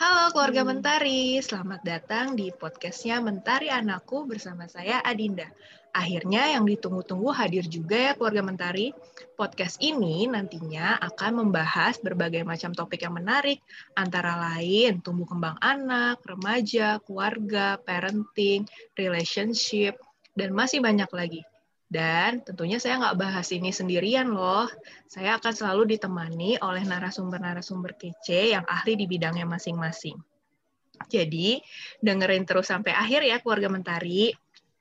Halo keluarga Mentari, selamat datang di podcastnya Mentari Anakku bersama saya Adinda. Akhirnya yang ditunggu-tunggu hadir juga ya keluarga Mentari. Podcast ini nantinya akan membahas berbagai macam topik yang menarik, antara lain tumbuh kembang anak, remaja, keluarga, parenting, relationship, dan masih banyak lagi. Dan tentunya saya nggak bahas ini sendirian loh. Saya akan selalu ditemani oleh narasumber-narasumber kece yang ahli di bidangnya masing-masing. Jadi, dengerin terus sampai akhir ya keluarga Mentari.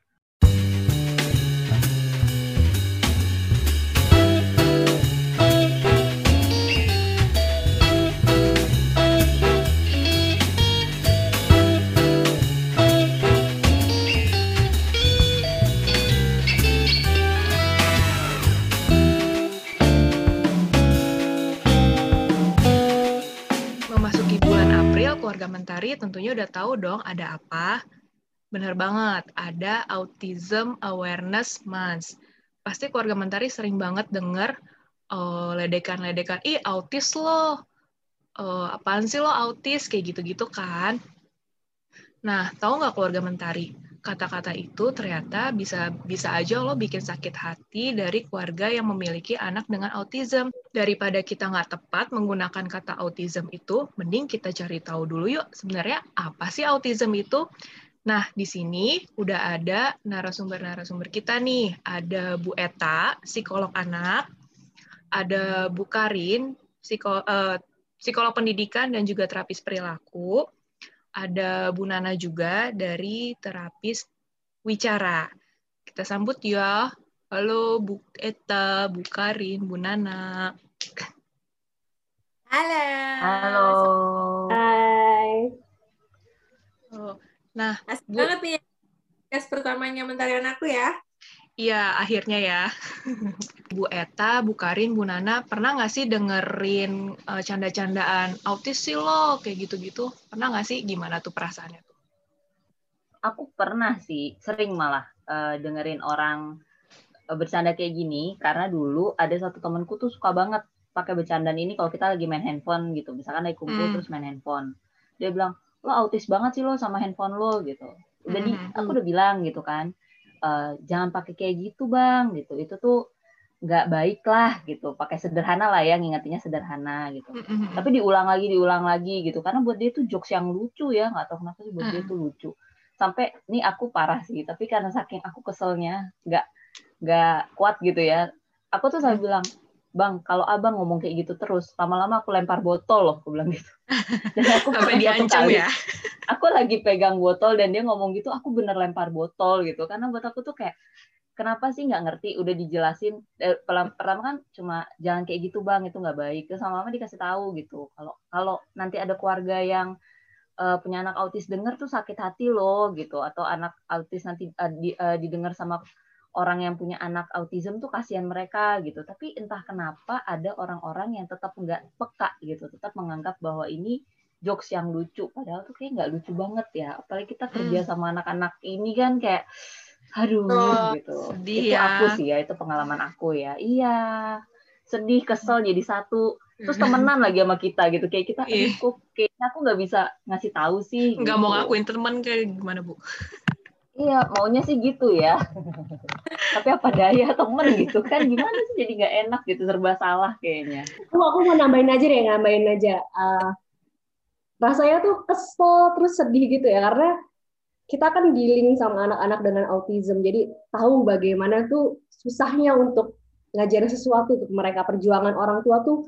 Memasuki bulan April, keluarga Mentari tentunya udah tahu dong ada apa. Benar banget, ada Autism Awareness Month. Pasti keluarga Mentari sering banget denger ledekan-ledekan, ih autis lo, apaan sih lo autis, kayak gitu-gitu kan. Nah, tahu nggak keluarga Mentari? Kata-kata itu ternyata bisa aja lo bikin sakit hati dari keluarga yang memiliki anak dengan autism. Daripada kita nggak tepat menggunakan kata autism itu, mending kita cari tahu dulu yuk sebenarnya apa sih autism itu. Nah, di sini udah ada narasumber-narasumber kita nih. Ada Bu Eta, psikolog anak, ada Bu Karin, psikolog pendidikan dan juga terapis perilaku, ada Bu Nana juga dari terapis wicara. Kita sambut ya. Halo Bu Eta, Bu Karin, Bu Nana. Halo. Halo. Hai. Nah, asik Bu, banget nih podcast pertamanya Mentari Anakku ya. iya, akhirnya ya. Bu Eta, Bu Karin, Bu Nana, pernah nggak sih dengerin canda-candaan autis sih lo, kayak gitu-gitu? Pernah nggak sih? Gimana tuh perasaannya tuh? Aku pernah sih, sering malah dengerin orang bercanda kayak gini, karena dulu ada satu temanku tuh suka banget pakai bercandaan ini kalau kita lagi main handphone gitu. Misalkan lagi kumpul terus main handphone. Dia bilang, lo autis banget sih lo sama handphone lo gitu. Aku udah bilang gitu kan, jangan pakai kayak gitu bang gitu. Itu tuh nggak baik lah gitu, pakai sederhana lah ya, ngingetinnya sederhana gitu. Tapi diulang lagi gitu, karena buat dia tuh jokes yang lucu ya, nggak tahu kenapa sih buat dia tuh lucu. Sampai nih aku parah sih, tapi karena saking aku keselnya nggak kuat gitu ya, aku tuh selalu bilang, bang kalau abang ngomong kayak gitu terus, lama-lama aku lempar botol loh, aku bilang gitu. Dan aku sampai diancam ya. Aku lagi pegang botol dan dia ngomong gitu, aku bener lempar botol gitu, karena buat aku tuh kayak kenapa sih nggak ngerti, udah dijelasin pertama kan cuma jangan kayak gitu bang, itu nggak baik. Terus sama mama dikasih tahu gitu, kalau nanti ada keluarga yang punya anak autis denger tuh sakit hati loh gitu, atau anak autis nanti didengar sama orang yang punya anak autism tuh kasihan mereka gitu. Tapi entah kenapa ada orang-orang yang tetap nggak peka gitu, tetap menganggap bahwa ini jokes yang lucu, padahal tuh kayak nggak lucu banget ya. Apalagi kita kerja sama anak-anak ini kan kayak aduh gitu. Sedih itu ya. aku sih ya, itu pengalaman aku ya. Iya, sedih, kesel jadi satu. Terus temenan lagi sama kita gitu, kayak kita kok kayaknya aku nggak bisa ngasih tahu sih nggak gitu. mau ngakuin teman kayak gimana Bu? Iya, maunya sih gitu ya. Tapi apa daya temen gitu kan, gimana sih, jadi nggak enak gitu, serba salah kayaknya. Aku mau nambahin aja. Rasanya tuh kesel terus sedih gitu ya, karena kita kan dealing sama anak-anak dengan autism, jadi tahu bagaimana tuh susahnya untuk ngajarin sesuatu untuk mereka. Perjuangan orang tua tuh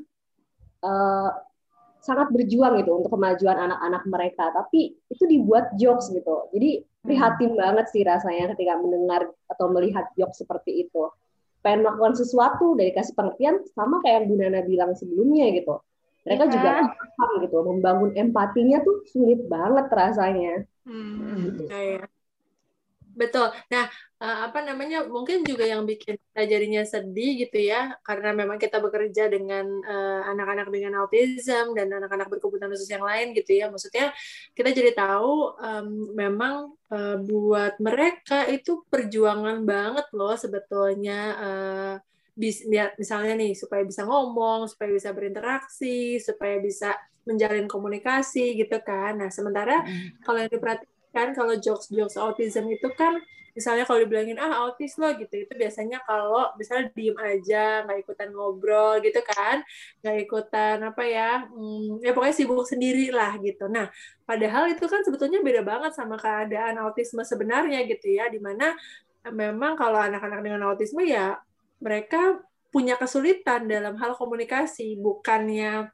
sangat berjuang gitu untuk kemajuan anak-anak mereka, tapi itu dibuat jokes gitu. Jadi prihatin banget sih rasanya ketika mendengar atau melihat jokes seperti itu. Pengen melakukan sesuatu dari kasih pengertian, sama kayak yang Bu Nana bilang sebelumnya gitu. Mereka juga nggak paham gitu, membangun empatinya tuh sulit banget rasanya. Gitu. Betul. Nah, mungkin juga yang bikin kita jadinya sedih gitu ya, karena memang kita bekerja dengan anak-anak dengan autism dan anak-anak berkebutuhan khusus yang lain gitu ya. Maksudnya kita jadi tahu memang buat mereka itu perjuangan banget loh sebetulnya. Misalnya nih, supaya bisa ngomong, supaya bisa berinteraksi, supaya bisa menjalin komunikasi gitu kan. Nah, sementara kalau yang diperhatikan, kalau jokes autism itu kan, misalnya kalau dibilangin, autis lo gitu, itu biasanya kalau misalnya diem aja, nggak ikutan ngobrol gitu kan, nggak ikutan ya pokoknya sibuk sendiri lah gitu. Nah, padahal itu kan sebetulnya beda banget sama keadaan autisme sebenarnya gitu ya, dimana memang kalau anak-anak dengan autisme ya mereka punya kesulitan dalam hal komunikasi, bukannya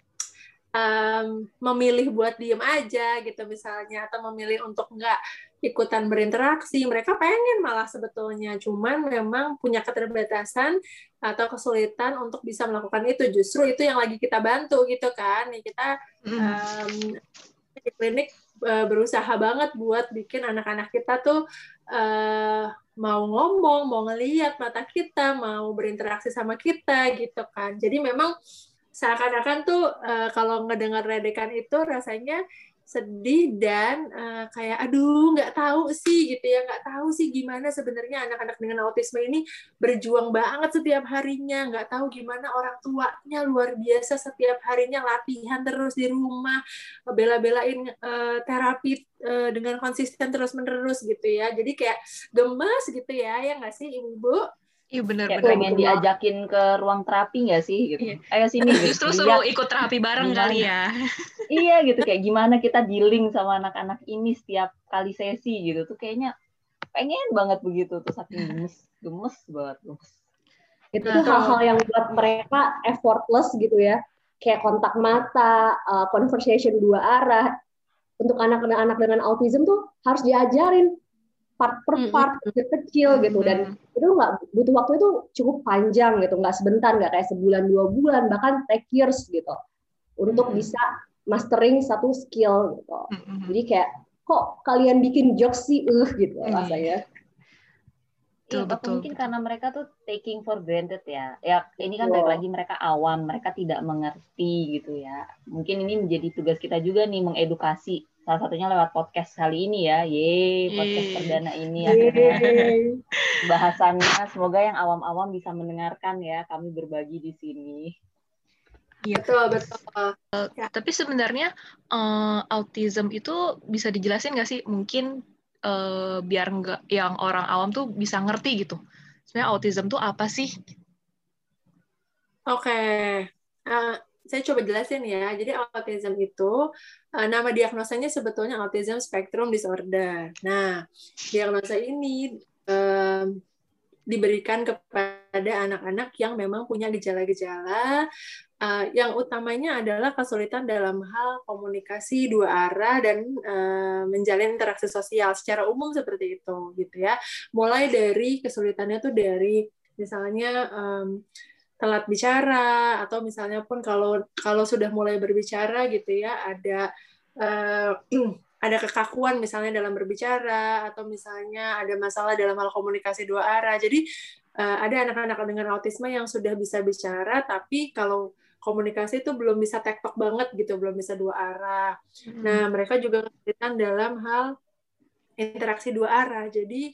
memilih buat diem aja gitu misalnya, atau memilih untuk nggak ikutan berinteraksi. Mereka pengen malah sebetulnya, cuman memang punya keterbatasan atau kesulitan untuk bisa melakukan itu. Justru itu yang lagi kita bantu gitu kan. Kita di klinik berusaha banget buat bikin anak-anak kita tuh mau ngomong, mau ngelihat mata kita, mau berinteraksi sama kita gitu kan. Jadi memang seakan-akan tuh kalau ngedengar ledekan itu rasanya sedih dan kayak aduh nggak tahu sih gitu ya, nggak tahu sih gimana sebenarnya anak-anak dengan autisme ini berjuang banget setiap harinya, nggak tahu gimana orang tuanya luar biasa setiap harinya latihan terus di rumah, bela-belain terapi dengan konsisten terus-menerus gitu ya, jadi kayak gemes gitu ya nggak sih ibu-ibu? Iya benar. Kayak pengen diajakin ke ruang terapi nggak sih gitu. Iya. Ayo sini gitu. Justru suruh ikut terapi bareng gimana? Kali ya. Iya gitu, kayak gimana kita dealing sama anak-anak ini setiap kali sesi gitu tuh kayaknya pengen banget begitu tuh, saking gemes banget. Itu tuh hal-hal yang buat mereka effortless gitu ya. Kayak kontak mata, conversation dua arah. Untuk anak-anak dengan autism tuh harus diajarin part per part kecil gitu, dan itu nggak butuh waktu itu cukup panjang gitu, nggak sebentar, nggak kayak sebulan 2 bulan, bahkan take years gitu untuk bisa mastering satu skill gitu. Jadi kayak kok kalian bikin jokes sih gitu rasanya. Iya, mungkin karena mereka tuh taking for granted ya. Ya ini kan balik lagi mereka awam, mereka tidak mengerti gitu ya. Mungkin ini menjadi tugas kita juga nih, mengedukasi. Salah satunya lewat podcast kali ini ya. Podcast perdana ini akhirnya bahasannya. Semoga yang awam-awam bisa mendengarkan ya. Kami berbagi di sini. Iya, betul. Tapi sebenarnya autism itu bisa dijelasin nggak sih? Mungkin biar nggak yang orang awam tuh bisa ngerti gitu. Sebenarnya autism tuh apa sih? Oke. Saya coba jelasin ya. Jadi autism itu nama diagnosanya sebetulnya autism spectrum disorder. Nah, diagnosa ini diberikan kepada anak-anak yang memang punya gejala-gejala yang utamanya adalah kesulitan dalam hal komunikasi dua arah dan menjalin interaksi sosial secara umum seperti itu gitu ya. Mulai dari kesulitannya tuh dari misalnya telat bicara, atau misalnya pun kalau sudah mulai berbicara gitu ya ada kekakuan misalnya dalam berbicara, atau misalnya ada masalah dalam hal komunikasi dua arah. Jadi ada anak-anak dengan autisme yang sudah bisa bicara, tapi kalau komunikasi itu belum bisa tektok banget gitu, belum bisa dua arah. Nah, mereka juga kesulitan dalam hal interaksi dua arah. Jadi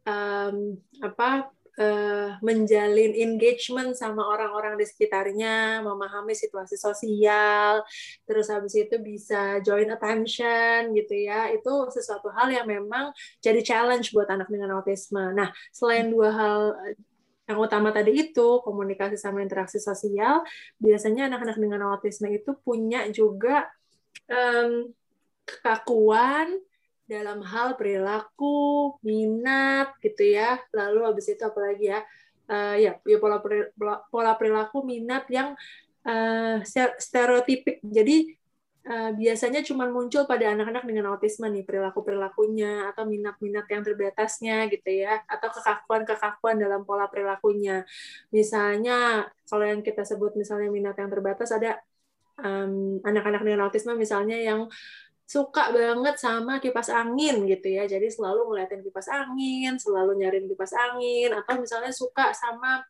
menjalin engagement sama orang-orang di sekitarnya, memahami situasi sosial, terus habis itu bisa join attention gitu ya. Itu sesuatu hal yang memang jadi challenge buat anak dengan autisme. Nah, selain dua hal yang utama tadi itu, komunikasi sama interaksi sosial, biasanya anak-anak dengan autisme itu punya juga kekakuan dalam hal perilaku, minat gitu ya. Lalu habis itu apalagi ya? Pola perilaku, minat yang stereotipik. Jadi biasanya cuma muncul pada anak-anak dengan autisme nih, perilaku-perilakunya atau minat-minat yang terbatasnya gitu ya, atau kekakuan-kekakuan dalam pola perilakunya. Misalnya kalau yang kita sebut misalnya minat yang terbatas, ada anak-anak dengan autisme misalnya yang suka banget sama kipas angin gitu ya, jadi selalu ngeliatin kipas angin, selalu nyariin kipas angin, atau misalnya suka sama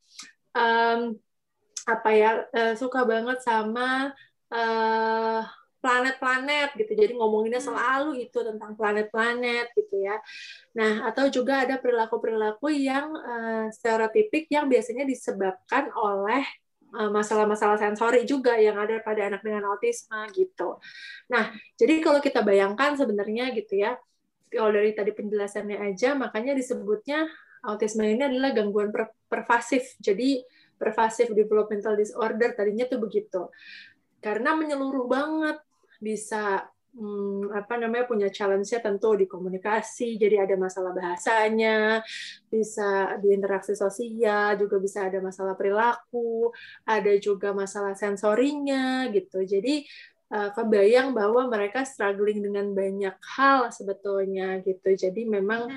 suka banget sama planet-planet gitu, jadi ngomonginnya selalu itu tentang planet-planet gitu ya. Nah, atau juga ada perilaku-perilaku yang stereotipik yang biasanya disebabkan oleh masalah-masalah sensori juga yang ada pada anak dengan autisme gitu. Nah, jadi kalau kita bayangkan sebenarnya gitu ya, kalau dari tadi penjelasannya aja, makanya disebutnya autisme ini adalah gangguan pervasif. Jadi pervasive developmental disorder tadinya tuh begitu. Karena menyeluruh banget, bisa punya challenge-nya tentu di komunikasi, jadi ada masalah bahasanya, bisa di interaksi sosial, juga bisa ada masalah perilaku, ada juga masalah sensorinya gitu. Jadi kebayang bahwa mereka struggling dengan banyak hal sebetulnya gitu. Jadi memang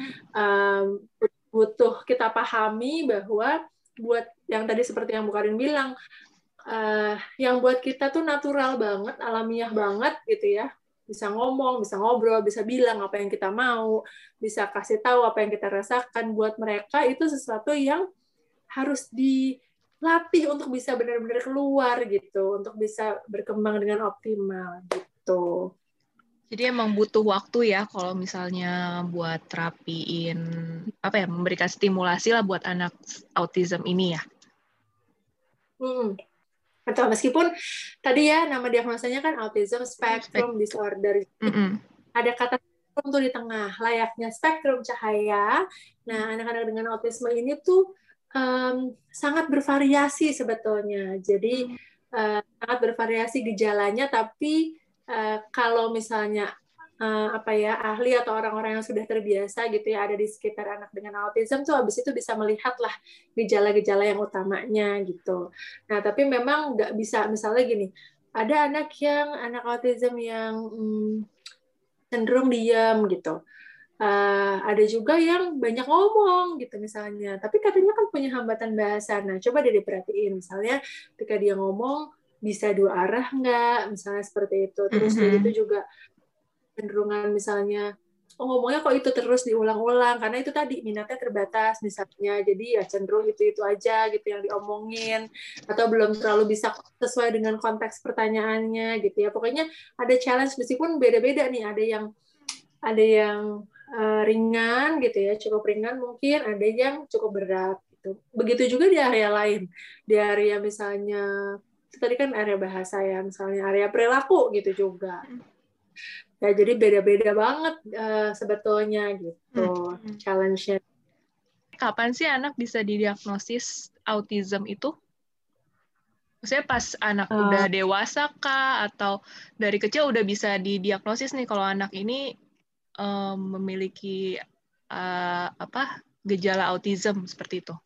butuh kita pahami bahwa buat yang tadi seperti yang Bu Karin bilang, yang buat kita tuh natural banget, alamiah banget gitu ya. Bisa ngomong, bisa ngobrol, bisa bilang apa yang kita mau, bisa kasih tahu apa yang kita rasakan. Buat mereka itu sesuatu yang harus dilatih untuk bisa benar-benar keluar gitu, untuk bisa berkembang dengan optimal gitu. Jadi emang butuh waktu ya kalau misalnya buat terapiin memberikan stimulasi lah buat anak autism ini ya. Betul, meskipun tadi ya nama diagnosanya kan autism spectrum disorder. Ada kata spektrum tuh di tengah, layaknya spektrum cahaya. Nah, anak-anak dengan autisme ini tuh sangat bervariasi sebetulnya. Jadi sangat bervariasi gejalanya, tapi kalau misalnya ahli atau orang-orang yang sudah terbiasa gitu ya ada di sekitar anak dengan autism tuh habis itu bisa melihatlah gejala-gejala yang utamanya gitu. Nah, tapi memang nggak bisa, misalnya gini, ada anak autism yang cenderung diam gitu. Ada juga yang banyak ngomong gitu misalnya, tapi katanya kan punya hambatan bahasa. Nah, coba dia diperhatiin, misalnya ketika dia ngomong bisa dua arah nggak, misalnya seperti itu. Terus begitu juga cenderungan misalnya, ngomongnya kok itu terus diulang-ulang, karena itu tadi minatnya terbatas misalnya, jadi ya cenderung itu aja gitu yang diomongin, atau belum terlalu bisa sesuai dengan konteks pertanyaannya gitu ya. Pokoknya ada challenge, meskipun beda-beda nih, ada yang ringan gitu ya, cukup ringan mungkin, ada yang cukup berat gitu. Begitu juga di area lain, di area misalnya itu tadi kan area bahasa ya, misalnya area perilaku gitu juga. Ya, jadi beda-beda banget sebetulnya gitu challenge-nya. Kapan sih anak bisa didiagnosis autism itu? Maksudnya pas anak udah dewasa kah? Atau dari kecil udah bisa didiagnosis nih kalau anak ini memiliki gejala autism seperti itu?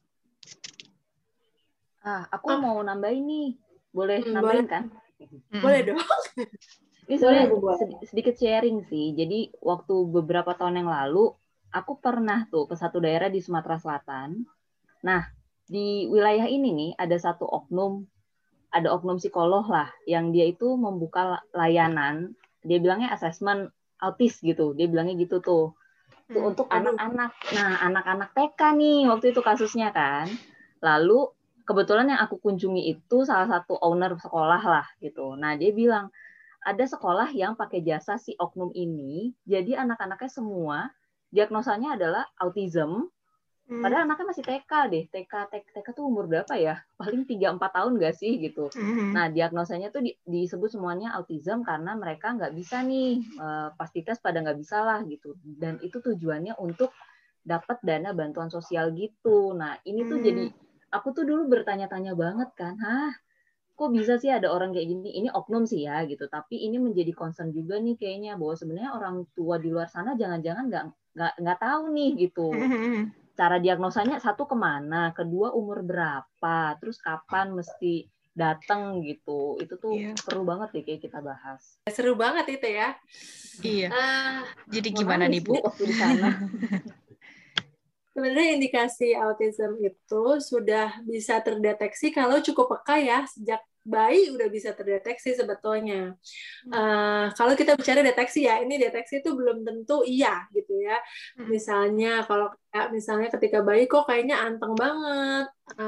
Aku mau nambahin nih. Boleh nambahin kan? Boleh dong. Ini sebenarnya sedikit sharing sih. Jadi waktu beberapa tahun yang lalu, aku pernah tuh ke satu daerah di Sumatera Selatan. Nah, di wilayah ini nih ada satu oknum psikolog lah, yang dia itu membuka layanan, dia bilangnya asesmen autis gitu, dia bilangnya gitu tuh. Itu untuk anak-anak. Nah, anak-anak TK nih waktu itu kasusnya kan. Lalu kebetulan yang aku kunjungi itu salah satu owner sekolah lah gitu. Nah, dia bilang, ada sekolah yang pakai jasa si oknum ini, jadi anak-anaknya semua diagnosanya adalah autism, padahal anaknya masih TK deh. TK tuh umur berapa ya? Paling 3-4 tahun nggak sih gitu. Nah, diagnosanya tuh disebut semuanya autism karena mereka nggak bisa nih, pasti tes pada nggak bisa lah gitu. Dan itu tujuannya untuk dapat dana bantuan sosial gitu. Nah, ini tuh jadi, aku tuh dulu bertanya-tanya banget kan, kok bisa sih ada orang kayak gini? Ini oknum sih ya gitu, tapi ini menjadi concern juga nih kayaknya, bahwa sebenarnya orang tua di luar sana jangan-jangan nggak tahu nih gitu. Cara diagnosanya, satu kemana, kedua umur berapa, terus kapan mesti datang gitu. Itu tuh perlu banget deh kayak kita bahas. Seru banget itu ya. Iya. Jadi gimana nih Bu? Waktu di sana. Sebenarnya indikasi autism itu sudah bisa terdeteksi kalau cukup peka ya, sejak bayi udah bisa terdeteksi sebetulnya. Kalau kita bicara deteksi ya, ini deteksi itu belum tentu iya gitu ya. Misalnya misalnya ketika bayi kok kayaknya anteng banget,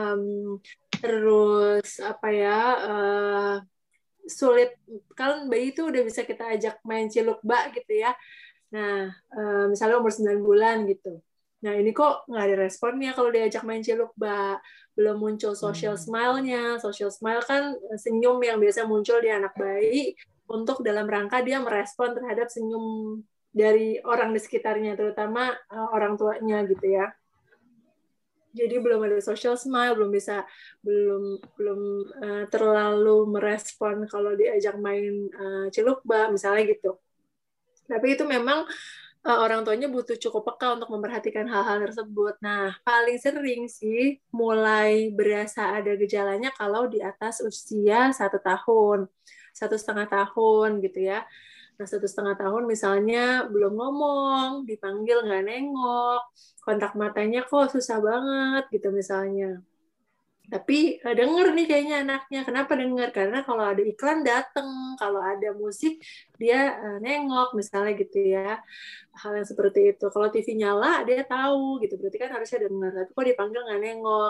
terus sulit, kalau bayi itu udah bisa kita ajak main ciluk bak gitu ya. Nah, misalnya umur 9 bulan gitu. Nah, ini kok nggak ada responnya kalau diajak main cilukba. Belum muncul social smile-nya. Social smile kan senyum yang biasa muncul di anak bayi untuk dalam rangka dia merespon terhadap senyum dari orang di sekitarnya, terutama orang tuanya gitu ya. Jadi belum ada social smile, belum terlalu merespon kalau diajak main cilukba misalnya gitu. Tapi itu memang orang tuanya butuh cukup peka untuk memperhatikan hal-hal tersebut. Nah, paling sering sih mulai berasa ada gejalanya kalau di atas usia 1 tahun, 1,5 tahun gitu ya. Nah, 1,5 tahun misalnya belum ngomong, dipanggil nggak nengok, kontak matanya kok susah banget gitu misalnya. Tapi denger nih kayaknya anaknya. Kenapa denger? Karena kalau ada iklan dateng, kalau ada musik dia nengok misalnya gitu ya. Hal yang seperti itu. Kalau TV nyala dia tahu gitu. Berarti kan harusnya denger. Tapi kok dipanggil nggak nengok,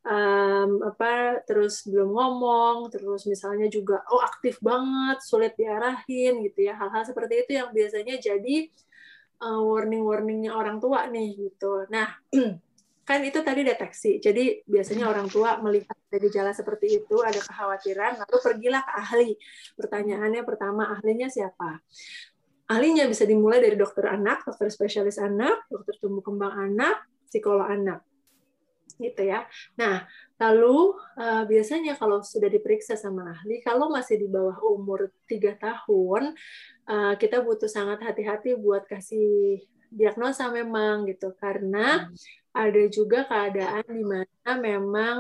terus belum ngomong, terus misalnya juga aktif banget, sulit diarahin gitu ya. Hal-hal seperti itu yang biasanya jadi warning-warningnya orang tua nih gitu. Nah, kan itu tadi deteksi. Jadi biasanya orang tua melihat ada gejala seperti itu, ada kekhawatiran, lalu pergilah ke ahli. Pertanyaannya pertama, ahlinya siapa? Ahlinya bisa dimulai dari dokter anak, dokter spesialis anak, dokter tumbuh kembang anak, psikolog anak. Gitu ya. Nah, lalu biasanya kalau sudah diperiksa sama ahli, kalau masih di bawah umur 3 tahun, kita butuh sangat hati-hati buat kasih diagnosa memang gitu, karena ada juga keadaan di mana memang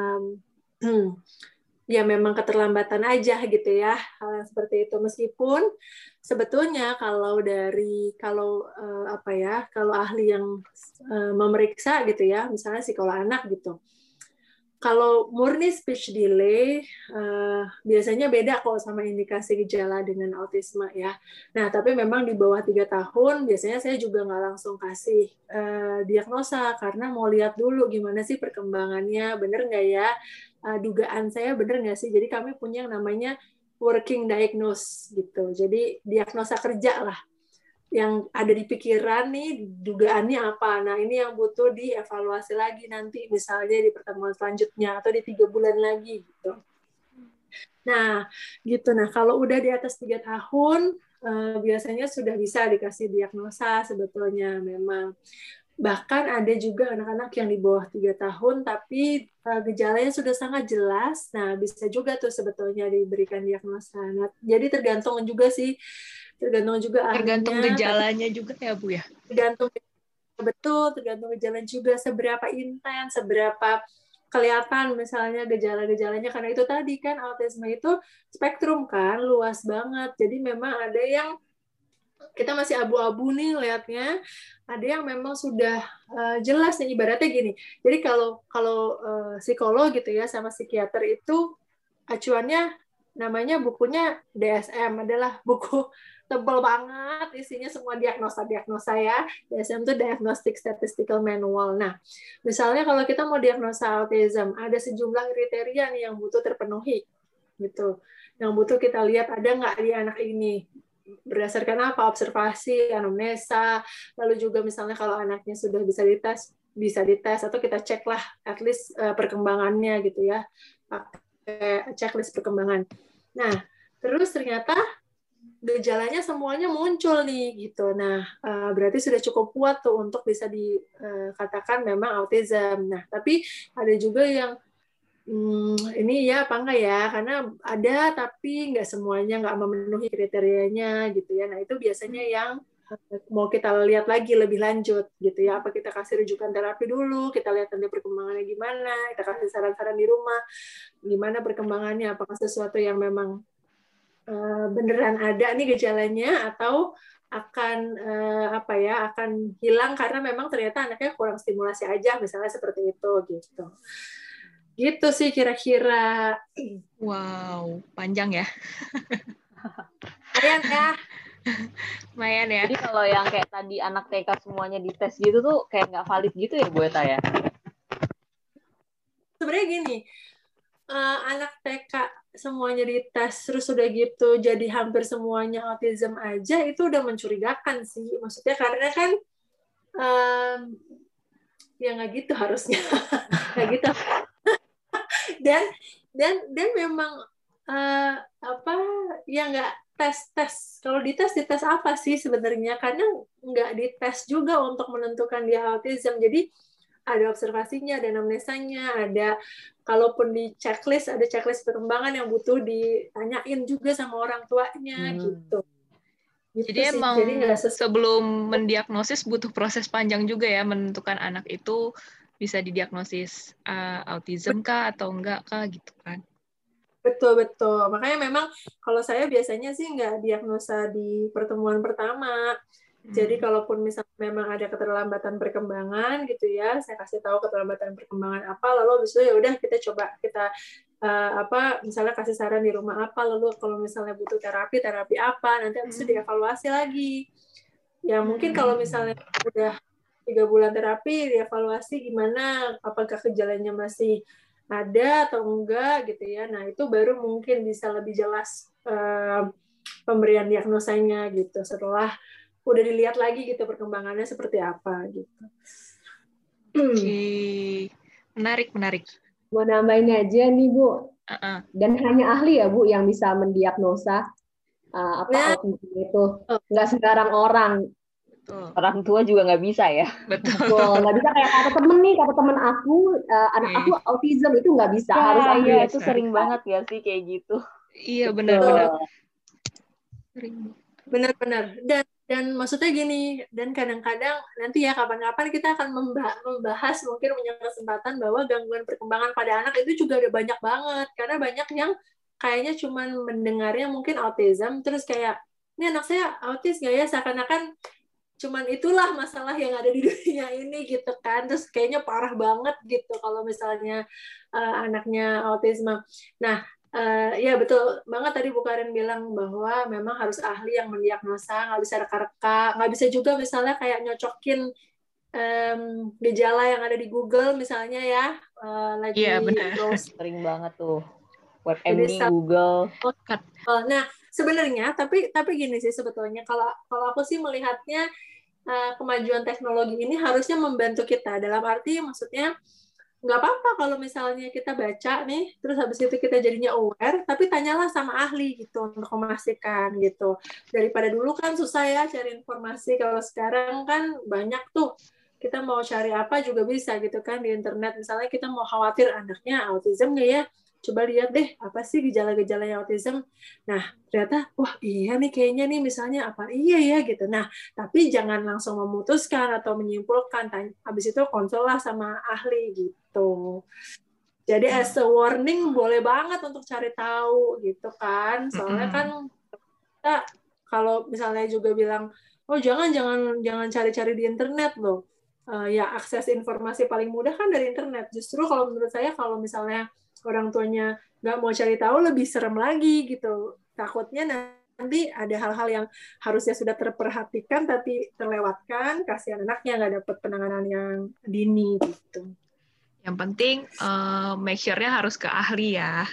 ya memang keterlambatan aja gitu ya, hal yang seperti itu. Meskipun sebetulnya kalau ahli yang memeriksa gitu ya, misalnya psikolog anak gitu, kalau murni speech delay, biasanya beda kok sama indikasi gejala dengan autisme ya. Nah, tapi memang di bawah 3 tahun, biasanya saya juga nggak langsung kasih diagnosa, karena mau lihat dulu gimana sih perkembangannya, bener nggak ya, dugaan saya bener nggak sih. Jadi kami punya yang namanya working diagnose gitu. Jadi diagnosa kerja lah. Yang ada di pikiran nih, dugaannya apa. Nah, ini yang butuh dievaluasi lagi nanti, misalnya di pertemuan selanjutnya, atau di 3 bulan lagi, gitu. Nah, gitu. Nah, kalau udah di atas 3 tahun, biasanya sudah bisa dikasih diagnosa sebetulnya memang. Bahkan ada juga anak-anak yang di bawah 3 tahun, tapi gejalanya sudah sangat jelas. Nah, bisa juga tuh sebetulnya diberikan diagnosa. Nah, jadi tergantung juga sih, tergantung gejalanya juga ya Bu ya. Tergantung gejalanya juga, seberapa intens, seberapa kelihatan misalnya gejala-gejalanya, karena itu tadi kan autisme itu spektrum kan, luas banget. Jadi memang ada yang kita masih abu-abu nih lihatnya, ada yang memang sudah jelas nih, ibaratnya gini. Jadi kalau psikolog gitu ya sama psikiater itu acuannya namanya bukunya DSM, adalah buku tebal banget, isinya semua diagnosa ya. DSM itu Diagnostic Statistical Manual. Nah, misalnya kalau kita mau diagnosa autism, ada sejumlah kriteria nih yang butuh terpenuhi, gitu. Yang butuh kita lihat ada nggak di anak ini. Berdasarkan apa? Observasi, anamnesa, lalu juga misalnya kalau anaknya sudah bisa dites, atau kita cek lah at least perkembangannya gitu ya, pakai checklist perkembangan. Nah, terus ternyata gejalanya semuanya muncul nih gitu. Nah, berarti sudah cukup kuat tuh untuk bisa dikatakan memang autism. Nah, tapi ada juga yang ini ya apa enggak ya, karena ada tapi nggak semuanya, nggak memenuhi kriterianya gitu ya. Nah, itu biasanya yang mau kita lihat lagi lebih lanjut gitu ya, apa kita kasih rujukan terapi dulu, kita lihat nanti perkembangannya gimana, kita kasih saran-saran di rumah gimana perkembangannya, apakah sesuatu yang memang beneran ada nih gejalanya, atau akan akan hilang karena memang ternyata anaknya kurang stimulasi aja, misalnya seperti itu gitu. Gitu sih kira-kira. Wow, panjang ya. Lumayan ya. Lumayan ya. Jadi kalau yang kayak tadi anak TK semuanya dites gitu tuh kayak nggak valid gitu ya Bu Eta ya? Sebenarnya gini, anak TK semuanya dites terus udah gitu jadi hampir semuanya autism aja, itu udah mencurigakan sih. Maksudnya karena kan ya nggak gitu harusnya. Nggak gitu. Dan memang apa ya, nggak tes. Kalau dites apa sih sebenarnya? Kadang nggak dites juga untuk menentukan dia autism. Jadi ada observasinya, ada anamnesanya, ada kalaupun di checklist, ada checklist perkembangan yang butuh ditanyain juga sama orang tuanya gitu. Gitu Jadi sih. emang Jadi nggak sebelum mendiagnosis butuh proses panjang juga ya menentukan anak itu bisa didiagnosis autism kah atau enggak kah gitu kan. Betul. Makanya memang kalau saya biasanya sih nggak diagnosa di pertemuan pertama. Jadi kalaupun misalnya memang ada keterlambatan perkembangan gitu ya, saya kasih tahu keterlambatan perkembangan apa, lalu habis itu ya udah kita coba misalnya kasih saran di rumah apa, lalu kalau misalnya butuh terapi apa, nanti habis itu dievaluasi lagi. Ya mungkin kalau misalnya udah 3 bulan terapi, dievaluasi gimana, apakah gejalanya masih ada atau enggak gitu ya. Nah itu baru mungkin bisa lebih jelas pemberian diagnosanya gitu setelah udah dilihat lagi gitu perkembangannya seperti apa gitu. Oke. Menarik. Mau nambahin aja nih Bu. Dan hanya ahli ya Bu yang bisa mendiagnosa autism itu. Nggak sembarang orang. Betul. Orang tua juga nggak bisa ya. Betul. Nggak bisa kayak kata temen aku, anak aku autism, itu nggak bisa. Harus ahli. Iya, itu sering banget ya sih kayak gitu. Iya, benar. Benar. Dan maksudnya gini, dan kadang-kadang nanti ya kapan-kapan kita akan membahas mungkin punya kesempatan bahwa gangguan perkembangan pada anak itu juga ada banyak banget, karena banyak yang kayaknya cuman mendengarnya mungkin autism, terus kayak, ini anak saya autis nggak ya, seakan-akan cuman itulah masalah yang ada di dunia ini gitu kan, terus kayaknya parah banget gitu kalau misalnya anaknya autisme. Nah, ya betul banget tadi Bu Karin bilang bahwa memang harus ahli yang mendiagnosa, nggak bisa reka-reka, nggak bisa juga misalnya kayak nyocokin gejala yang ada di Google misalnya ya, lagi browsing. Sering banget tuh WebMD, Google. Nah sebenarnya tapi gini sih sebetulnya kalau aku sih melihatnya kemajuan teknologi ini harusnya membantu kita, dalam arti maksudnya nggak apa-apa kalau misalnya kita baca nih, terus habis itu kita jadinya aware, tapi tanyalah sama ahli gitu untuk memastikan gitu. Daripada dulu kan susah ya cari informasi, kalau sekarang kan banyak tuh, kita mau cari apa juga bisa gitu kan di internet. Misalnya kita mau khawatir anaknya autism nggak ya, coba lihat deh apa sih gejala-gejalanya autism. Nah ternyata wah iya nih kayaknya nih misalnya apa iya ya gitu. Nah tapi jangan langsung memutuskan atau menyimpulkan, habis itu konsul lah sama ahli gitu. Jadi as a warning boleh banget untuk cari tahu gitu kan, soalnya kan kita kalau misalnya juga bilang oh jangan cari-cari di internet loh. Ya akses informasi paling mudah kan dari internet. Justru kalau menurut saya kalau misalnya orang tuanya nggak mau cari tahu, lebih serem lagi gitu. Takutnya nanti ada hal-hal yang harusnya sudah terperhatikan tapi terlewatkan, kasihan anaknya nggak dapat penanganan yang dini gitu. Yang penting make sure-nya harus ke ahli ya.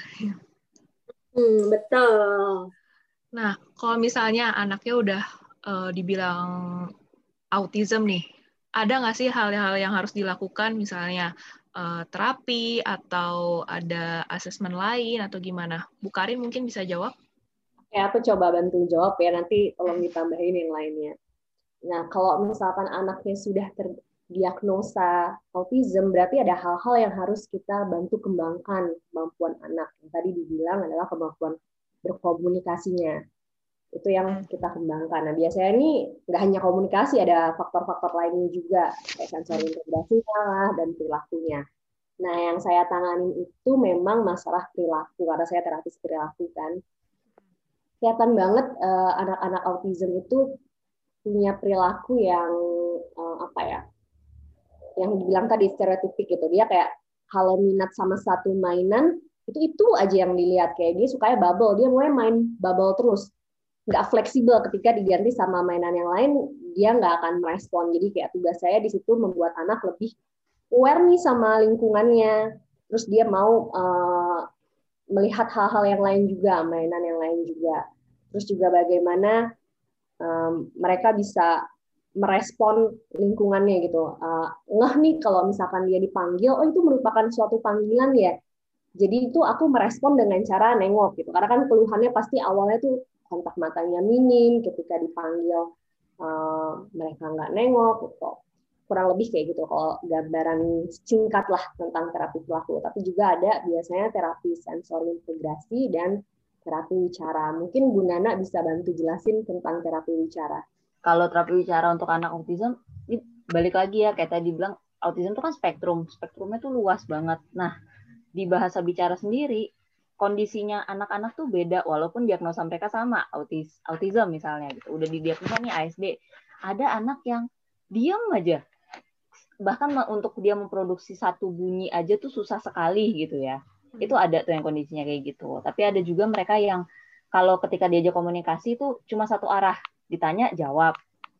Betul. Nah, kalau misalnya anaknya udah dibilang autism nih, ada nggak sih hal-hal yang harus dilakukan, misalnya terapi atau ada asesmen lain atau gimana? Bu Karin mungkin bisa jawab? Ya, aku coba bantu jawab ya, nanti tolong ditambahin yang lainnya. Nah, kalau misalkan anaknya sudah terdiagnosa autism, berarti ada hal-hal yang harus kita bantu kembangkan kemampuan anak. Yang tadi dibilang adalah kemampuan berkomunikasinya. Itu yang kita kembangkan. Nah, biasanya ini nggak hanya komunikasi, ada faktor-faktor lainnya juga, kayak sensori integrasinya lah, dan perilakunya. Nah, yang saya tanganin itu memang masalah perilaku, karena saya terapis perilaku kan. Kelihatan banget anak-anak autism itu punya perilaku yang yang dibilang tadi stereotipik gitu. Dia kayak kalau minat sama satu mainan, itu aja yang dilihat. Kayak dia sukanya bubble, dia mau main bubble terus. Nggak fleksibel, ketika diganti sama mainan yang lain, dia nggak akan merespon. Jadi kayak tugas saya di situ membuat anak lebih aware nih sama lingkungannya. Terus dia mau melihat hal-hal yang lain juga, mainan yang lain juga. Terus juga bagaimana mereka bisa merespon lingkungannya gitu. Ngeh nih kalau misalkan dia dipanggil, oh itu merupakan suatu panggilan ya. Jadi itu aku merespon dengan cara nengok gitu. Karena kan keluhannya pasti awalnya tuh kontak matanya minim, ketika dipanggil mereka nggak nengok gitu. Kurang lebih kayak gitu kalau gambaran singkat lah tentang terapi perilaku. Tapi juga ada biasanya terapi sensori integrasi dan terapi wicara. Mungkin Bu Nana bisa bantu jelasin tentang terapi wicara. Kalau terapi wicara untuk anak autism, ini balik lagi ya, kayak tadi bilang, autism itu kan spektrumnya tuh luas banget. Nah, di bahasa bicara sendiri, kondisinya anak-anak tuh beda, walaupun diagnosa mereka sama, autism misalnya, gitu. Udah didiagnosa nih ASD. Ada anak yang diam aja. Bahkan untuk dia memproduksi satu bunyi aja tuh susah sekali gitu ya. Itu ada tuh yang kondisinya kayak gitu. Tapi ada juga mereka yang kalau ketika diajak komunikasi tuh cuma satu arah. Ditanya, jawab.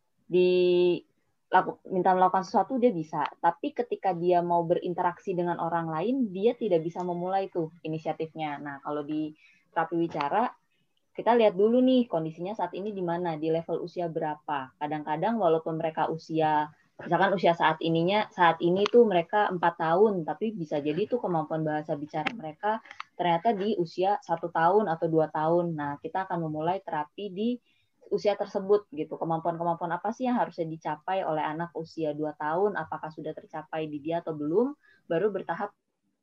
Minta melakukan sesuatu, dia bisa. Tapi ketika dia mau berinteraksi dengan orang lain, dia tidak bisa memulai tuh inisiatifnya. Nah, kalau di terapi wicara, kita lihat dulu nih kondisinya saat ini di mana, di level usia berapa. Kadang-kadang walaupun mereka misalkan usia saat ini tuh mereka 4 tahun, tapi bisa jadi tuh kemampuan bahasa bicara mereka ternyata di usia 1 tahun atau 2 tahun. Nah, kita akan memulai terapi di usia tersebut gitu. Kemampuan-kemampuan apa sih yang harusnya dicapai oleh anak usia 2 tahun, apakah sudah tercapai di dia atau belum, baru bertahap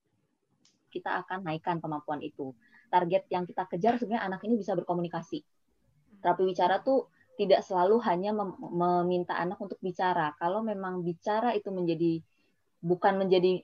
kita akan naikkan kemampuan itu. Target yang kita kejar sebenarnya anak ini bisa berkomunikasi. Terapi wicara tuh tidak selalu hanya meminta anak untuk bicara. Kalau memang bicara itu bukan menjadi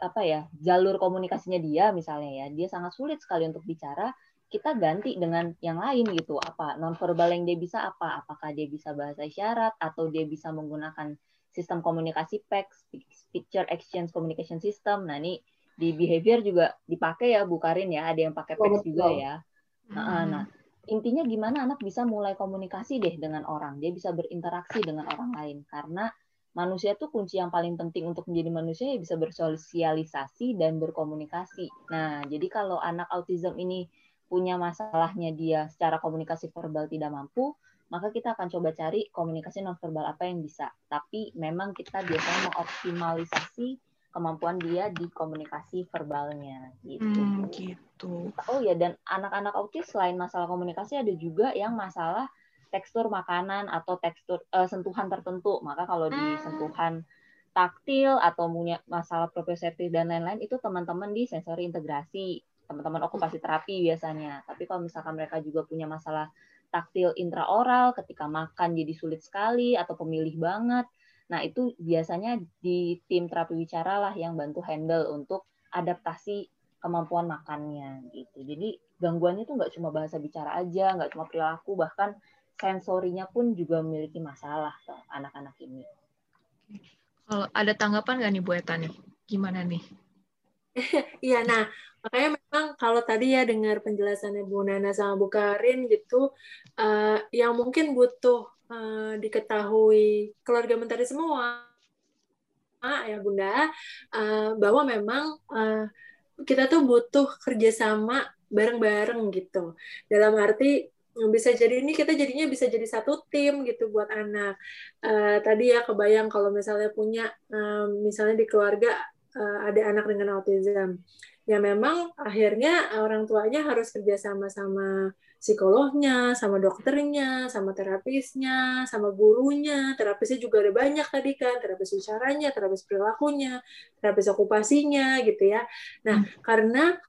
jalur komunikasinya dia misalnya ya, dia sangat sulit sekali untuk bicara, kita ganti dengan yang lain gitu. Apa nonverbal yang dia bisa apa? Apakah dia bisa bahasa isyarat atau dia bisa menggunakan sistem komunikasi PECS, Picture Exchange Communication System. Nah, ini di behavior juga dipakai ya Bu Karin ya, ada yang pakai PECS juga ya. Nah, intinya gimana anak bisa mulai komunikasi deh dengan orang, dia bisa berinteraksi dengan orang lain, karena manusia tuh kunci yang paling penting untuk menjadi manusia ya bisa bersosialisasi dan berkomunikasi. Nah, jadi kalau anak autism ini punya masalahnya dia secara komunikasi verbal tidak mampu, maka kita akan coba cari komunikasi nonverbal apa yang bisa. Tapi memang kita biasanya mengoptimalisasi kemampuan dia di komunikasi verbalnya gitu. Gitu. Oh ya, dan anak-anak autis selain masalah komunikasi ada juga yang masalah tekstur makanan atau tekstur sentuhan tertentu. Maka kalau di sentuhan taktil atau punya masalah proprioseptif dan lain-lain, itu teman-teman di sensori integrasi, teman-teman okupasi terapi biasanya. Tapi kalau misalkan mereka juga punya masalah taktil intraoral, ketika makan jadi sulit sekali atau pemilih banget, nah itu biasanya di tim terapi wicara lah yang bantu handle untuk adaptasi kemampuan makannya gitu. Jadi gangguannya tuh nggak cuma bahasa bicara aja, nggak cuma perilaku, bahkan sensorinya pun juga memiliki masalah anak-anak ini. Kalau ada tanggapan nggak nih Bu Eta nih? Gimana nih? Iya, nah makanya memang kalau tadi ya dengar penjelasannya Bu Nana sama Bu Karin gitu, yang mungkin butuh diketahui keluarga mentari semua ya Bunda, bahwa memang kita tuh butuh kerjasama bareng-bareng gitu. Dalam arti bisa jadi ini kita jadinya bisa jadi satu tim gitu buat anak. Tadi ya kebayang kalau misalnya punya misalnya di keluarga ada anak dengan autism. Ya memang akhirnya orang tuanya harus kerjasama sama psikolognya, sama dokternya, sama terapisnya, sama gurunya. Terapisnya juga ada banyak tadi kan, terapis bicaranya, terapis perilakunya, terapis okupasinya gitu ya. Nah, karena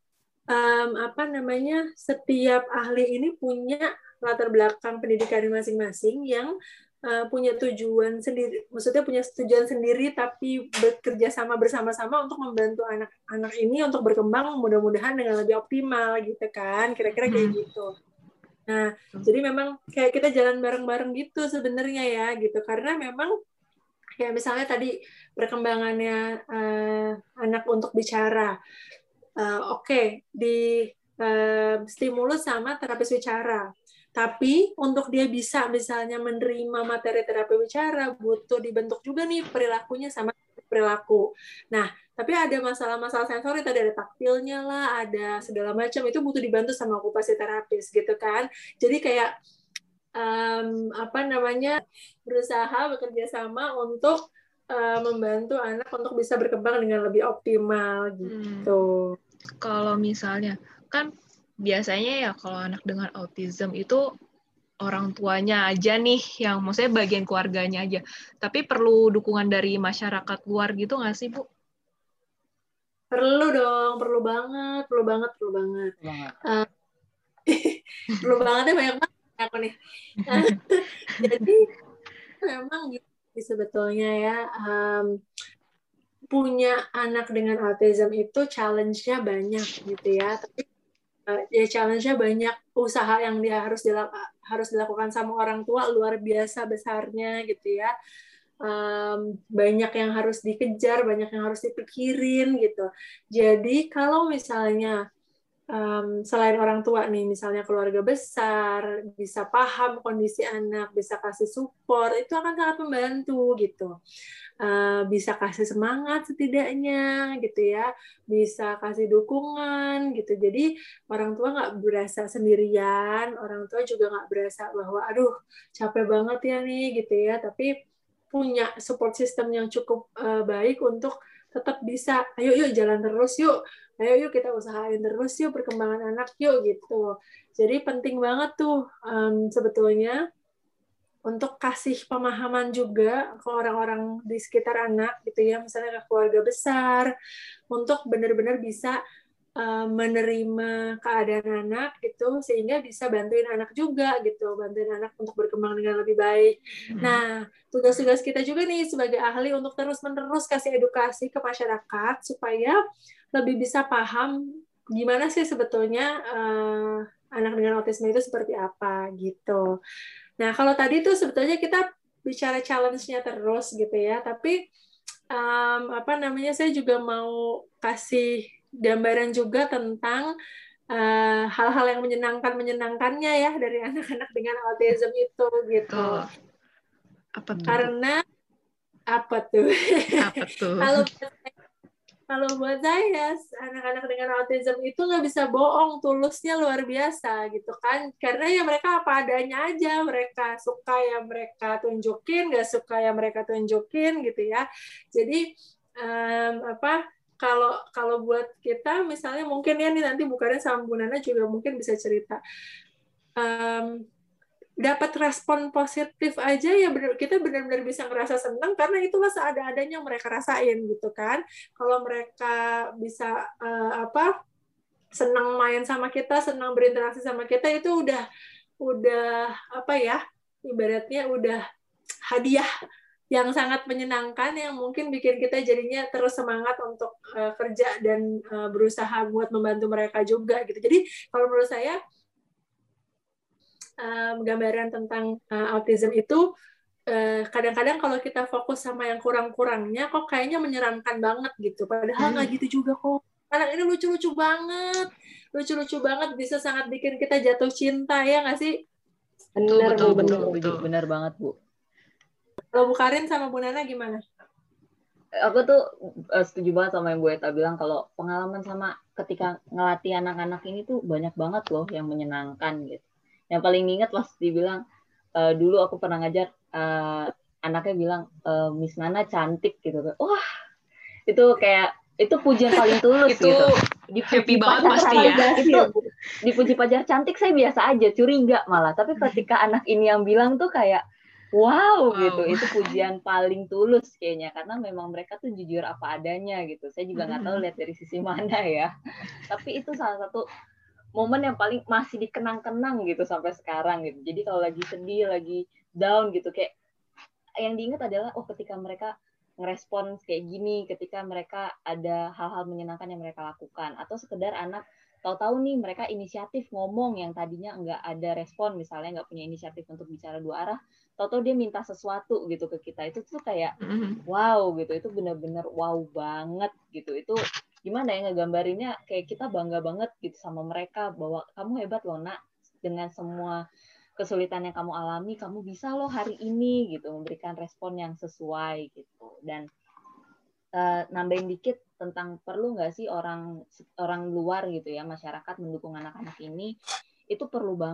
setiap ahli ini punya latar belakang pendidikan masing-masing yang punya tujuan sendiri, maksudnya punya tujuan sendiri tapi bekerja sama bersama-sama untuk membantu anak-anak ini untuk berkembang mudah-mudahan dengan lebih optimal gitu kan, kira-kira kayak gitu. Nah, jadi memang kayak kita jalan bareng-bareng gitu sebenarnya ya gitu, karena memang kayak misalnya tadi perkembangannya anak untuk bicara, oke, di stimulus sama terapis bicara. Tapi untuk dia bisa misalnya menerima materi terapi bicara, butuh dibentuk juga nih perilakunya sama perilaku. Nah, tapi ada masalah-masalah sensori, tadi ada taktilnya lah, ada segala macam, itu butuh dibantu sama okupasi terapis gitu kan. Jadi kayak apa namanya, berusaha bekerja sama untuk membantu anak untuk bisa berkembang dengan lebih optimal gitu. Kalau misalnya, kan biasanya ya kalau anak dengan autism itu orang tuanya aja nih, yang maksudnya bagian keluarganya aja. Tapi perlu dukungan dari masyarakat luar gitu nggak sih, Bu? Perlu dong, perlu banget, perlu banget, perlu banget. Banget. Perlu bangetnya banyak banget aku nih. Jadi memang gitu sebetulnya ya, punya anak dengan autism itu challenge-nya banyak gitu ya. Tapi ya challenge-nya banyak, usaha yang dia harus dilakukan sama orang tua luar biasa besarnya gitu ya. Banyak yang harus dikejar, banyak yang harus dipikirin gitu. Jadi kalau misalnya selain orang tua nih, misalnya keluarga besar, bisa paham kondisi anak, bisa kasih support, itu akan sangat membantu gitu. Bisa kasih semangat setidaknya gitu ya, bisa kasih dukungan gitu. Jadi orang tua nggak berasa sendirian, orang tua juga nggak berasa bahwa aduh capek banget ya nih gitu ya, tapi punya support system yang cukup baik untuk tetap bisa, ayo yuk jalan terus yuk, ayo yuk kita usahain terus yuk perkembangan anak yuk gitu. Jadi penting banget tuh sebetulnya untuk kasih pemahaman juga ke orang-orang di sekitar anak gitu ya, misalnya ke keluarga besar, untuk benar-benar bisa menerima keadaan anak gitu, sehingga bisa bantuin anak juga gitu, bantuin anak untuk berkembang dengan lebih baik. Nah, tugas-tugas kita juga nih sebagai ahli untuk terus-menerus kasih edukasi ke masyarakat supaya lebih bisa paham gimana sih sebetulnya anak dengan autisme itu seperti apa gitu. Nah, kalau tadi tuh sebetulnya kita bicara challenge-nya terus gitu ya, tapi apa namanya, saya juga mau kasih gambaran juga tentang hal-hal yang menyenangkannya ya dari anak-anak dengan autism itu gitu. Tuh. Apa tuh, Bu? Karena apa tuh? Apa tuh? Kalau buat saya, anak-anak dengan autism itu nggak bisa bohong, tulusnya luar biasa gitu kan. Karena ya mereka apa adanya aja, mereka suka ya mereka tunjukin, nggak suka ya mereka tunjukin gitu ya. Jadi apa? Kalau buat kita misalnya mungkin ya nih nanti bukannya sama Bu Nana juga mungkin bisa cerita. Dapat respon positif aja ya kita benar-benar bisa ngerasa senang karena itulah seada-adanya yang mereka rasain gitu kan. Kalau mereka bisa senang main sama kita, senang berinteraksi sama kita, itu udah apa ya, ibaratnya udah hadiah yang sangat menyenangkan yang mungkin bikin kita jadinya terus semangat untuk kerja dan berusaha buat membantu mereka juga gitu. Jadi kalau menurut saya gambaran tentang autism itu kadang-kadang kalau kita fokus sama yang kurang-kurangnya kok kayaknya menyeramkan banget gitu. Padahal nggak gitu juga kok. Anak ini lucu-lucu banget, bisa sangat bikin kita jatuh cinta ya nggak sih? Bener banget Bu. Kalau Bu Karin sama Bu Nana gimana? Aku tuh setuju banget sama yang Bu Eta bilang, kalau pengalaman sama ketika ngelatih anak-anak ini tuh banyak banget loh yang menyenangkan gitu. Yang paling inget pas dibilang dulu aku pernah ngajar anaknya bilang Miss Nana cantik gitu. Wah, itu kayak itu pujian paling tulus itu gitu. Happy banget pasti ya. Itu dipuji pacar cantik saya biasa aja, curiga malah. Tapi ketika anak ini yang bilang tuh kayak wow gitu, itu pujian paling tulus kayaknya, karena memang mereka tuh jujur apa adanya gitu. Saya juga nggak tahu lihat dari sisi mana ya. Tapi itu salah satu momen yang paling masih dikenang-kenang gitu sampai sekarang gitu. Jadi kalau lagi sedih, lagi down gitu, kayak yang diingat adalah ketika mereka ngerespon kayak gini, ketika mereka ada hal-hal menyenangkan yang mereka lakukan, atau sekedar anak tahu-tahu nih mereka inisiatif ngomong yang tadinya nggak ada respon, misalnya nggak punya inisiatif untuk bicara dua arah, tahu-tahu dia minta sesuatu gitu ke kita. Itu tuh kayak wow gitu, itu benar-benar wow banget gitu. Itu gimana ya ngegambarinnya, kayak kita bangga banget gitu sama mereka bahwa kamu hebat loh nak, dengan semua kesulitan yang kamu alami, kamu bisa loh hari ini gitu memberikan respon yang sesuai gitu. Dan nambahin dikit tentang perlu nggak sih orang luar gitu ya, masyarakat mendukung anak-anak ini, itu perlu banget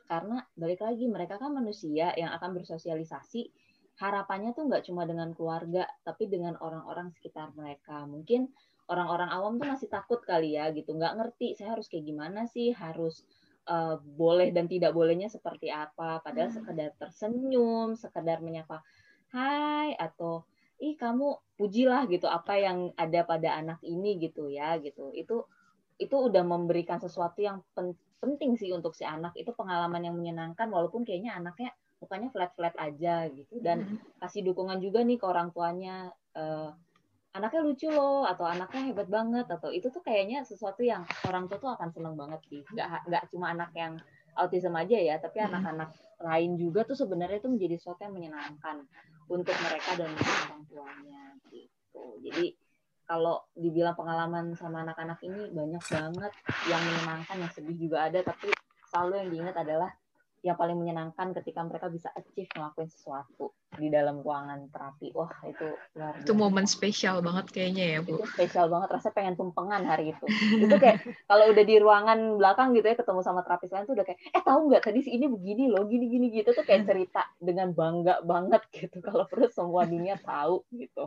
karena balik lagi mereka kan manusia yang akan bersosialisasi, harapannya tuh nggak cuma dengan keluarga, tapi dengan orang-orang sekitar mereka. Mungkin orang-orang awam tuh masih takut kali ya gitu, nggak ngerti saya harus kayak gimana sih, harus boleh dan tidak bolehnya seperti apa. Padahal sekedar tersenyum, sekedar menyapa hai atau ih kamu pujilah gitu apa yang ada pada anak ini gitu ya gitu. Itu udah memberikan sesuatu yang penting sih untuk si anak. Itu pengalaman yang menyenangkan walaupun kayaknya anaknya mukanya flat-flat aja gitu, dan kasih dukungan juga nih ke orang tuanya, anaknya lucu loh atau anaknya hebat banget, atau itu tuh kayaknya sesuatu yang orang tua tuh akan seneng banget sih. Nggak cuma anak yang autism aja ya, tapi anak-anak lain juga tuh sebenarnya itu menjadi sesuatu yang menyenangkan untuk mereka dan untuk orang tuanya gitu. Jadi kalau dibilang pengalaman sama anak-anak ini banyak banget yang menyenangkan, yang sedih juga ada, tapi selalu yang diingat adalah yang paling menyenangkan ketika mereka bisa achieve ngelakuin sesuatu di dalam ruangan terapi. Wah, itu luar biasa. Itu momen spesial banget kayaknya ya, Bu. Itu spesial banget, rasanya pengen tumpengan hari itu. Itu kayak kalau udah di ruangan belakang gitu ya, ketemu sama terapis lain tuh udah kayak, tahu nggak tadi si ini begini loh, gini gitu tuh kayak cerita dengan bangga banget gitu. Kalau perlu semua dunia tahu gitu.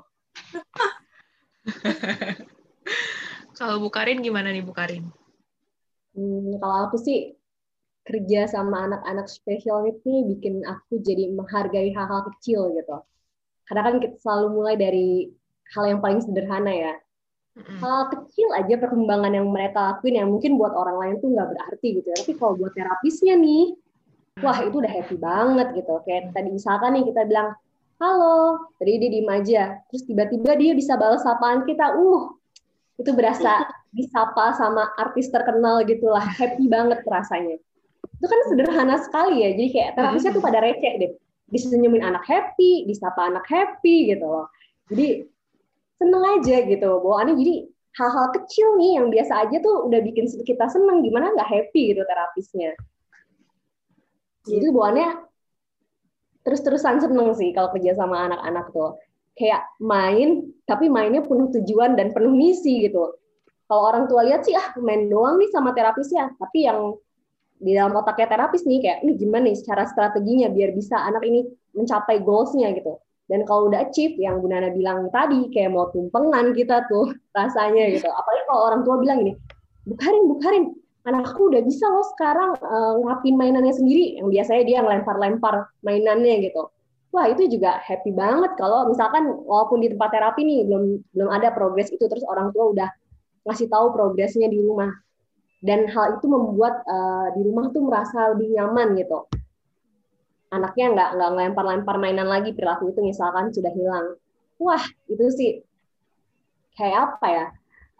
Kalau Bu Karin gimana nih Bu Karin? Kalau aku sih kerja sama anak-anak special needs nih bikin aku jadi menghargai hal-hal kecil gitu. Karena kan kita selalu mulai dari hal yang paling sederhana ya. Hal kecil aja perkembangan yang mereka lakuin yang mungkin buat orang lain tuh nggak berarti gitu ya. Tapi kalau buat terapisnya nih, wah itu udah happy banget gitu. Kayak tadi misalkan nih kita bilang, halo, tadi dia diem aja. Terus tiba-tiba dia bisa balas sapaan kita. Itu berasa disapa sama artis terkenal gitulah. Happy banget rasanya. Itu kan sederhana sekali ya, jadi kayak terapisnya tuh pada receh deh, bisa senyumin anak happy, disapa anak happy gitu loh, jadi seneng aja gitu bawaannya. Jadi hal-hal kecil nih yang biasa aja tuh udah bikin kita seneng, gimana nggak happy gitu terapisnya. Jadi bawaannya terus-terusan seneng sih kalau kerja sama anak-anak tuh, kayak main tapi mainnya penuh tujuan dan penuh misi gitu. Kalau orang tua lihat sih main doang nih sama terapisnya, tapi yang di dalam otaknya terapis nih kayak ini gimana nih secara strateginya biar bisa anak ini mencapai goals-nya gitu. Dan kalau udah achieve yang Bu Nana bilang tadi kayak mau tumpengan kita tuh rasanya gitu. Apalagi kalau orang tua bilang gini, Bu Karin, anakku udah bisa loh sekarang ngerapin mainannya sendiri, yang biasanya dia ngelempar-lempar mainannya gitu. Wah itu juga happy banget kalau misalkan walaupun di tempat terapi nih belum ada progres itu, terus orang tua udah ngasih tahu progresnya di rumah. Dan hal itu membuat di rumah tuh merasa lebih nyaman gitu. Anaknya nggak ngelempar-lempar mainan lagi, perilaku itu misalkan sudah hilang. Wah, itu sih kayak apa ya?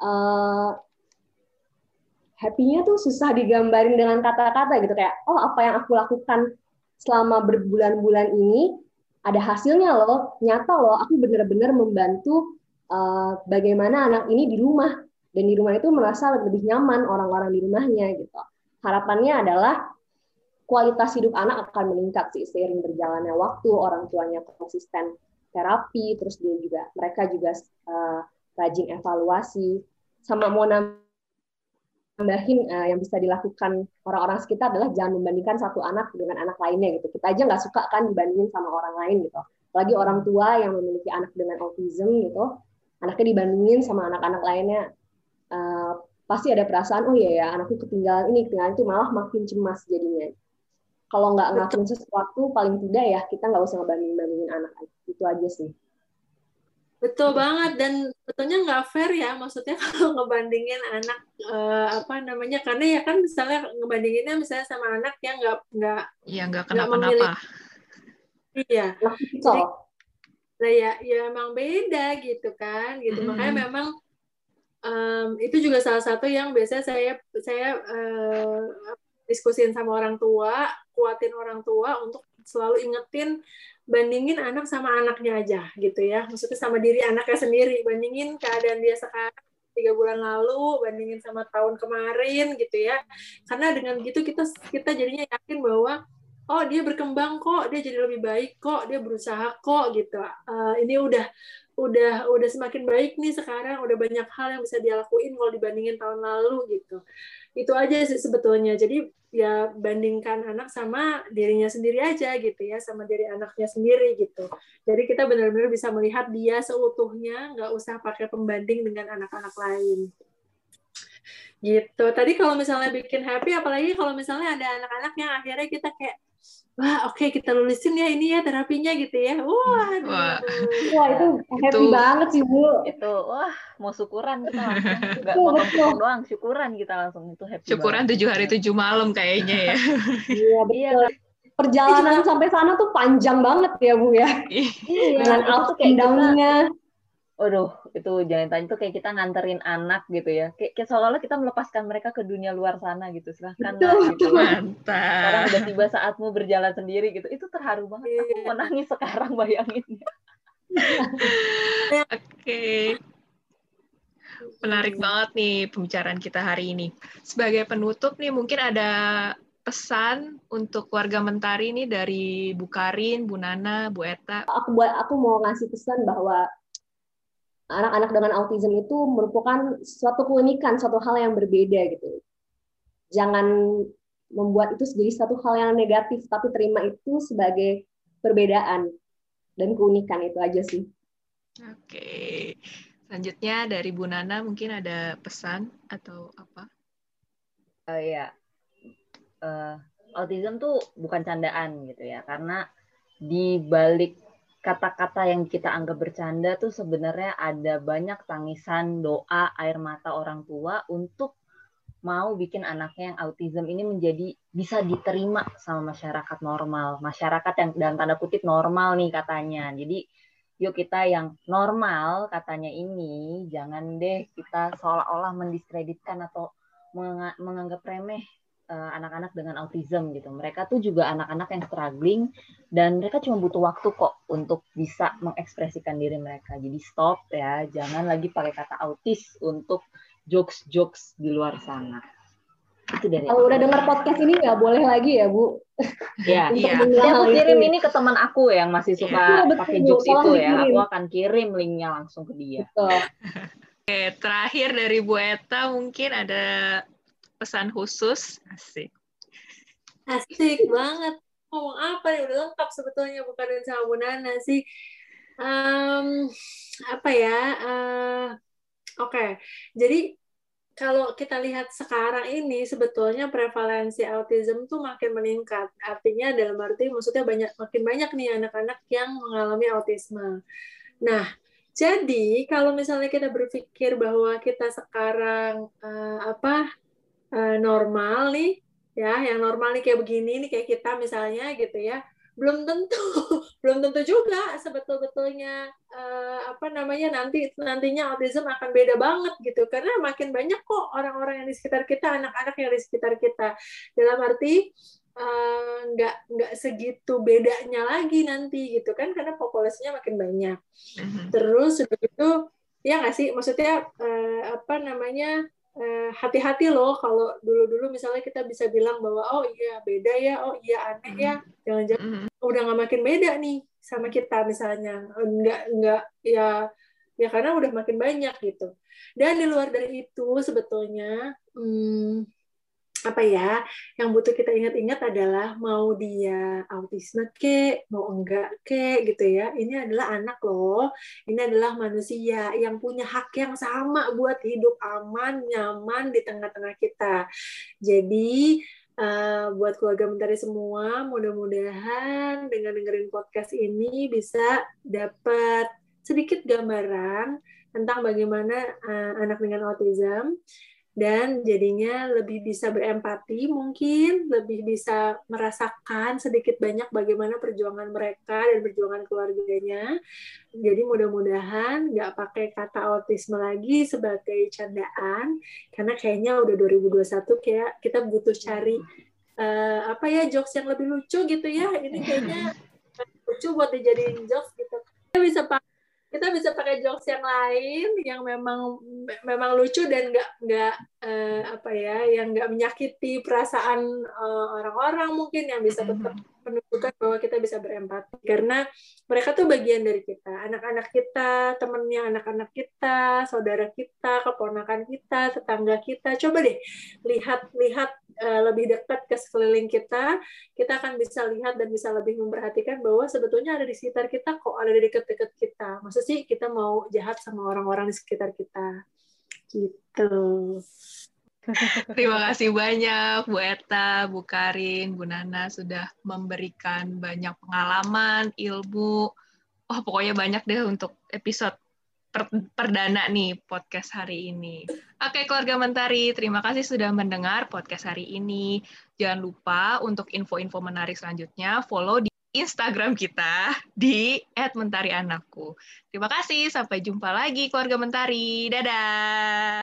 Happy-nya tuh susah digambarin dengan kata-kata gitu. Kayak, apa yang aku lakukan selama berbulan-bulan ini, ada hasilnya loh, nyata loh, aku benar-benar membantu bagaimana anak ini di rumah. Dan di rumah itu merasa lebih nyaman orang-orang di rumahnya gitu. Harapannya adalah kualitas hidup anak akan meningkat sih seiring berjalannya waktu, orang tuanya konsisten terapi, terus mereka juga rajin evaluasi. Sama mau nambahin yang bisa dilakukan orang-orang sekitar adalah jangan membandingkan satu anak dengan anak lainnya gitu. Kita aja nggak suka kan dibandingin sama orang lain gitu. Apalagi orang tua yang memiliki anak dengan autism gitu, anaknya dibandingin sama anak-anak lainnya. Pasti ada perasaan, ya anakku ketinggalan itu, malah makin cemas jadinya. Kalau nggak ngelakuin sesuatu, paling tidak ya kita nggak usah ngebandingin anak. Itu aja sih. Betul banget, dan sebetulnya nggak fair ya, maksudnya kalau ngebandingin anak karena ya kan misalnya ngebandinginnya misalnya sama anak yang nggak kenapa-napa. Iya. Jadi ya emang beda gitu kan, gitu. Makanya memang itu juga salah satu yang biasanya saya diskusin sama orang tua, kuatin orang tua untuk selalu ingetin bandingin anak sama anaknya aja gitu ya, maksudnya sama diri anaknya sendiri, bandingin keadaan dia sekarang 3 bulan lalu bandingin sama tahun kemarin gitu ya, karena dengan gitu kita jadinya yakin bahwa oh dia berkembang kok, dia jadi lebih baik kok, dia berusaha kok gitu. Ini udah semakin baik nih sekarang, udah banyak hal yang bisa dia lakuin kalau dibandingin tahun lalu gitu. Itu aja sih sebetulnya. Jadi ya bandingkan anak sama dirinya sendiri aja gitu ya, sama diri anaknya sendiri gitu. Jadi kita benar-benar bisa melihat dia seutuhnya, nggak usah pakai pembanding dengan anak-anak lain. Gitu. Tadi kalau misalnya bikin happy, apalagi kalau misalnya ada anak-anak yang akhirnya kita kayak, wah oke, kita lulusin ya ini ya terapinya gitu ya. Wah, Wah, itu happy banget sih, Bu. Itu wah mau syukuran kita langsung, nggak Betul. potong-potong doang, syukuran kita langsung, itu happy syukuran banget. 7 hari 7 malam kayaknya ya. Iya, betul. Perjalanan sampai sana tuh panjang banget ya, Bu ya. Dengan itu ups tuh kayak and down-nya. Waduh, itu jangan tanya, itu kayak kita nganterin anak gitu ya. Kayak seolah-olah kita melepaskan mereka ke dunia luar sana gitu. Silahkan lah gitu. Mantap. Sekarang udah tiba saatmu berjalan sendiri gitu. Itu terharu banget. Aku mau nangis sekarang bayanginnya. Oke. Menarik banget nih pembicaraan kita hari ini. Sebagai penutup nih, mungkin ada pesan untuk keluarga Mentari nih dari Bu Karin, Bu Nana, Bu Eta. Aku mau ngasih pesan bahwa anak-anak dengan autism itu merupakan suatu keunikan, suatu hal yang berbeda gitu. Jangan membuat itu jadi satu hal yang negatif, tapi terima itu sebagai perbedaan dan keunikan, itu aja sih. Oke. Selanjutnya dari Bu Nana mungkin ada pesan atau apa? Iya. Autism tuh bukan candaan gitu ya, karena di balik kata-kata yang kita anggap bercanda tuh sebenarnya ada banyak tangisan, doa, air mata orang tua untuk mau bikin anaknya yang autism ini menjadi bisa diterima sama masyarakat normal. Masyarakat yang dalam tanda kutip normal nih katanya. Jadi yuk kita yang normal katanya ini, jangan deh kita seolah-olah mendiskreditkan atau menganggap remeh anak-anak dengan autism gitu. Mereka tuh juga anak-anak yang struggling dan mereka cuma butuh waktu kok untuk bisa mengekspresikan diri mereka. Jadi stop ya, jangan lagi pakai kata autis untuk jokes-jokes di luar sana. Itu dari Kalau udah dengar podcast ini nggak boleh lagi ya, Bu. Ya, iya. Aku kirim ini ke teman aku yang masih suka pakai jokes itu ya. Aku akan kirim linknya langsung ke dia. Betul. Oke, terakhir dari Bu Eta mungkin ada pesan khusus. Asik banget. Ngomong apa nih? Udah lengkap sebetulnya bukan sama Bu Nana sih. Apa ya? Oke. Jadi kalau kita lihat sekarang ini sebetulnya prevalensi autism tuh makin meningkat. Artinya dalam arti maksudnya makin banyak nih anak-anak yang mengalami autisme. Nah, jadi kalau misalnya kita berpikir bahwa kita sekarang normal nih, ya, yang normal nih kayak begini nih kayak kita misalnya gitu ya, belum tentu juga sebetul-betulnya nantinya autism akan beda banget gitu, karena makin banyak kok orang-orang yang di sekitar kita, anak-anak yang di sekitar kita, dalam arti nggak segitu bedanya lagi nanti gitu kan, karena populasinya makin banyak. Terus begitu ya nggak sih, maksudnya hati-hati loh kalau dulu-dulu misalnya kita bisa bilang bahwa oh iya beda ya, oh iya aneh ya, jangan-jangan udah nggak makin beda nih sama kita misalnya, nggak ya karena udah makin banyak gitu. Dan di luar dari itu sebetulnya yang butuh kita ingat-ingat adalah mau dia autisme mau enggak gitu ya, ini adalah anak loh, ini adalah manusia yang punya hak yang sama buat hidup aman, nyaman di tengah-tengah kita. Jadi buat keluarga Mentari semua, mudah-mudahan dengan dengerin podcast ini bisa dapat sedikit gambaran tentang bagaimana anak dengan autism, dan jadinya lebih bisa berempati, mungkin lebih bisa merasakan sedikit banyak bagaimana perjuangan mereka dan perjuangan keluarganya. Jadi mudah-mudahan nggak pakai kata autisme lagi sebagai candaan, karena kayaknya udah 2021 kayak kita butuh cari jokes yang lebih lucu gitu ya. Ini kayaknya lucu buat dijadiin jokes gitu. Kita bisa pakai jokes yang lain yang memang lucu dan yang nggak menyakiti perasaan orang-orang, mungkin yang bisa tetap menunjukkan bahwa kita bisa berempati karena mereka tuh bagian dari kita, anak-anak kita, temennya anak-anak kita, saudara kita, keponakan kita, tetangga kita. Coba deh lihat lebih dekat ke sekeliling kita akan bisa lihat dan bisa lebih memperhatikan bahwa sebetulnya ada di sekitar kita kok, ada di dekat-dekat kita. Masa sih kita mau jahat sama orang-orang di sekitar kita? Gitu. Terima kasih banyak Bu Eta, Bu Karin, Bu Nana sudah memberikan banyak pengalaman, ilmu. Oh, pokoknya banyak deh untuk episode perdana nih podcast hari ini. Oke, keluarga Mentari, terima kasih sudah mendengar podcast hari ini. Jangan lupa untuk info-info menarik selanjutnya, follow di Instagram kita di @mentarianakku. Terima kasih, sampai jumpa lagi keluarga Mentari. Dadah!